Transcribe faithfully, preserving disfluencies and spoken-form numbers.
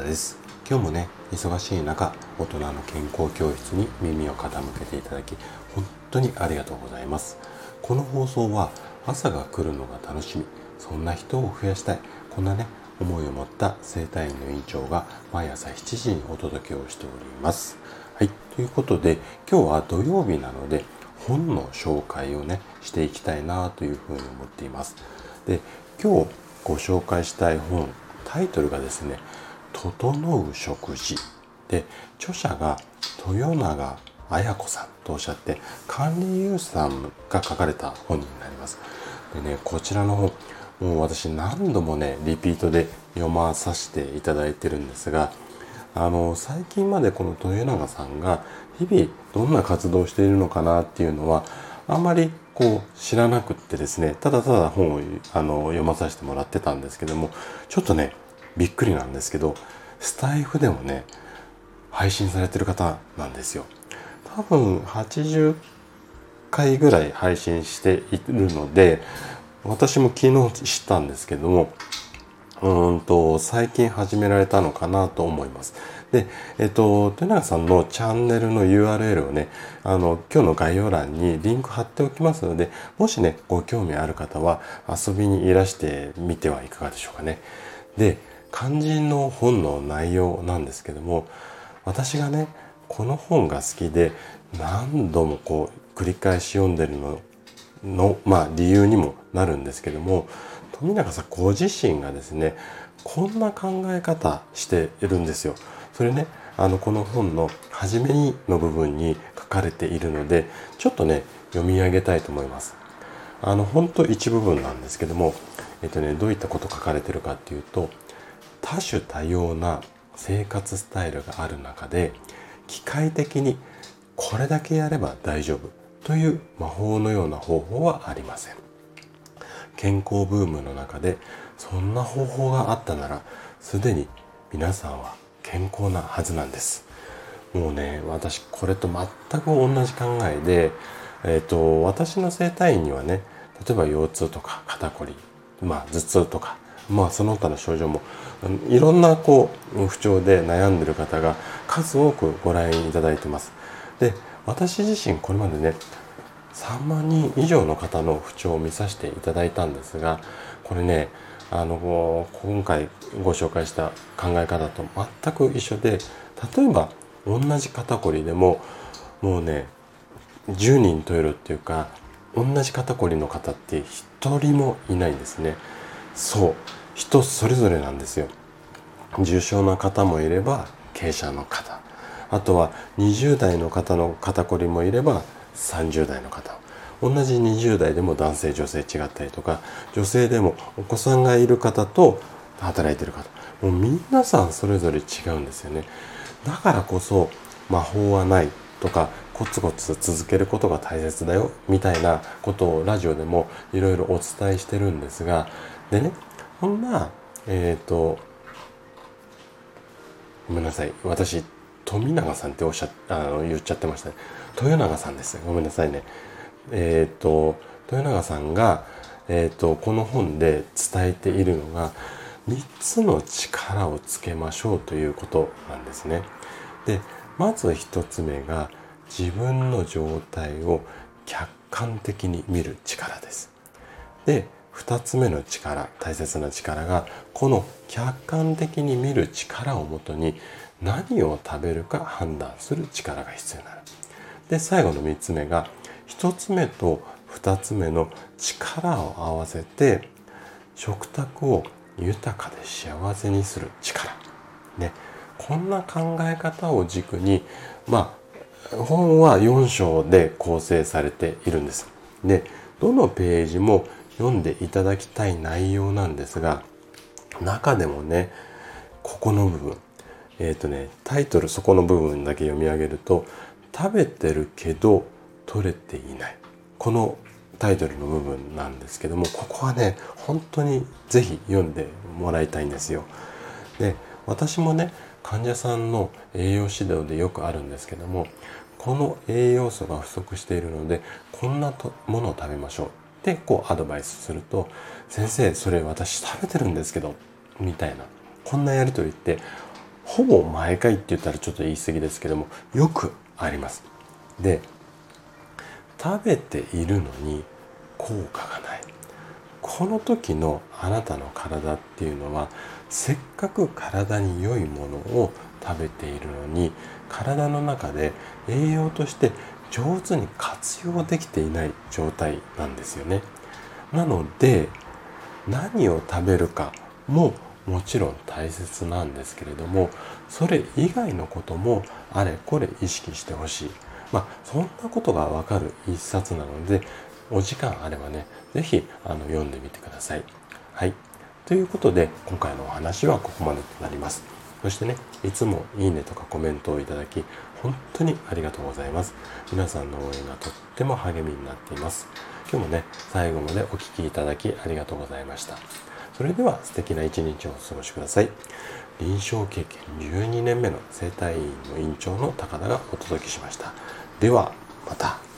です。今日もね、忙しい中、大人の健康教室に耳を傾けていただき、本当にありがとうございます。この放送は、朝が来るのが楽しみ、そんな人を増やしたい、こんなね、思いを持った整体院の院長が毎朝しちじにお届けをしております。はい、ということで、今日は土曜日なので、本の紹介をね、していきたいなというふうに思っています。で、今日ご紹介したい本、タイトルがですね、整う食事で、著者が豊永綾子さんとおっしゃって、管理優さんが書かれた本になります。でね、こちらの本、もう私何度もね、リピートで読まさせていただいてるんですが、あの、最近までこの豊永さんが日々どんな活動をしているのかなっていうのは、あんまりこう知らなくってですね、ただただ本をあの読まさせてもらってたんですけども、ちょっとね、びっくりなんですけど、スタイフでもね、配信されてる方なんですよ。多分はちじゅっかいぐらい配信しているので、私も昨日知ったんですけども、うーんと最近始められたのかなと思います。で、えっと、豊永さんのチャンネルの ユーアールエル をね、あの、今日の概要欄にリンク貼っておきますので、もしね、ご興味ある方は遊びにいらしてみてはいかがでしょうかね。で、肝心の本の内容なんですけども、私がね、この本が好きで何度もこう繰り返し読んでるのの、まあ理由にもなるんですけども、富永さんご自身がですね、こんな考え方しているんですよ。それね、あのこの本の初めにの部分に書かれているので、ちょっとね、読み上げたいと思います。あの本当一部分なんですけども、えっとね、どういったこと書かれているかっていうと、多種多様な生活スタイルがある中で、機械的にこれだけやれば大丈夫という魔法のような方法はありません。健康ブームの中でそんな方法があったなら、すでに皆さんは健康なはずなんです。もうね、私これと全く同じ考えで、えっと、私の整体院にはね、例えば腰痛とか肩こり、まあ頭痛とか、まあその他の症状も、いろんなこう不調で悩んでる方が数多くご来院いただいてます。で、私自身これまでね、さんまんにん以上の方の不調を見させていただいたんですが、これね、あの今回ご紹介した考え方と全く一緒で、例えば同じ肩こりでももうね、じゅうにんといるっていうか、同じ肩こりの方ってひとりもいないんですね。そう、人それぞれなんですよ。重症な方もいれば軽症の方、あとはにじゅう代の方の肩こりもいればさんじゅう代の方、同じにじゅう代でも男性女性違ったりとか、女性でもお子さんがいる方と働いている方、もう皆さんそれぞれ違うんですよね。だからこそ魔法はないとか、コツコツ続けることが大切だよみたいなことをラジオでもいろいろお伝えしてるんですが、でね、こんなえっとごめんなさい、私富永さんっておっしゃあの言っちゃってましたね。豊永さんです。ごめんなさいね。えっと豊永さんが、えっとこの本で伝えているのが、みっつの力をつけましょうということなんですね。で、まずひとつめが自分の状態を客観的に見る力です。で、ふたつめの力、大切な力が、この客観的に見る力をもとに何を食べるか判断する力が必要になる。で、最後のみっつめが、ひとつめとふたつめの力を合わせて食卓を豊かで幸せにする力。ね、こんな考え方を軸に、まあ、本はよん章で構成されているんです。で、どのページも読んでいただきたい内容なんですが、中でもね、ここの部分、えっとね、タイトルそこの部分だけ読み上げると、食べてるけど取れていない。このタイトルの部分なんですけども、ここはね、本当にぜひ読んでもらいたいんですよ。で、私もね、患者さんの栄養指導でよくあるんですけども、この栄養素が不足しているので、こんなものを食べましょうってこうアドバイスすると、先生それ私食べてるんですけどみたいな、こんなやり取りってほぼ毎回って言ったらちょっと言い過ぎですけども、よくあります。で、食べているのに効果がない。この時のあなたの体っていうのは、せっかく体に良いものを食べているのに、体の中で栄養として上手に活用できていない状態なんですよね。なので、何を食べるかももちろん大切なんですけれども、それ以外のこともあれこれ意識してほしい。まあそんなことがわかる一冊なので、お時間あればね、ぜひあの読んでみてください。はい。ということで、今回のお話はここまでとなります。そしてね、いつもいいねとかコメントをいただき、本当にありがとうございます。皆さんの応援がとっても励みになっています。今日もね、最後までお聞きいただきありがとうございました。それでは素敵な一日をお過ごしください。臨床経験じゅうにねんめの整体院の院長の高田がお届けしました。ではまた。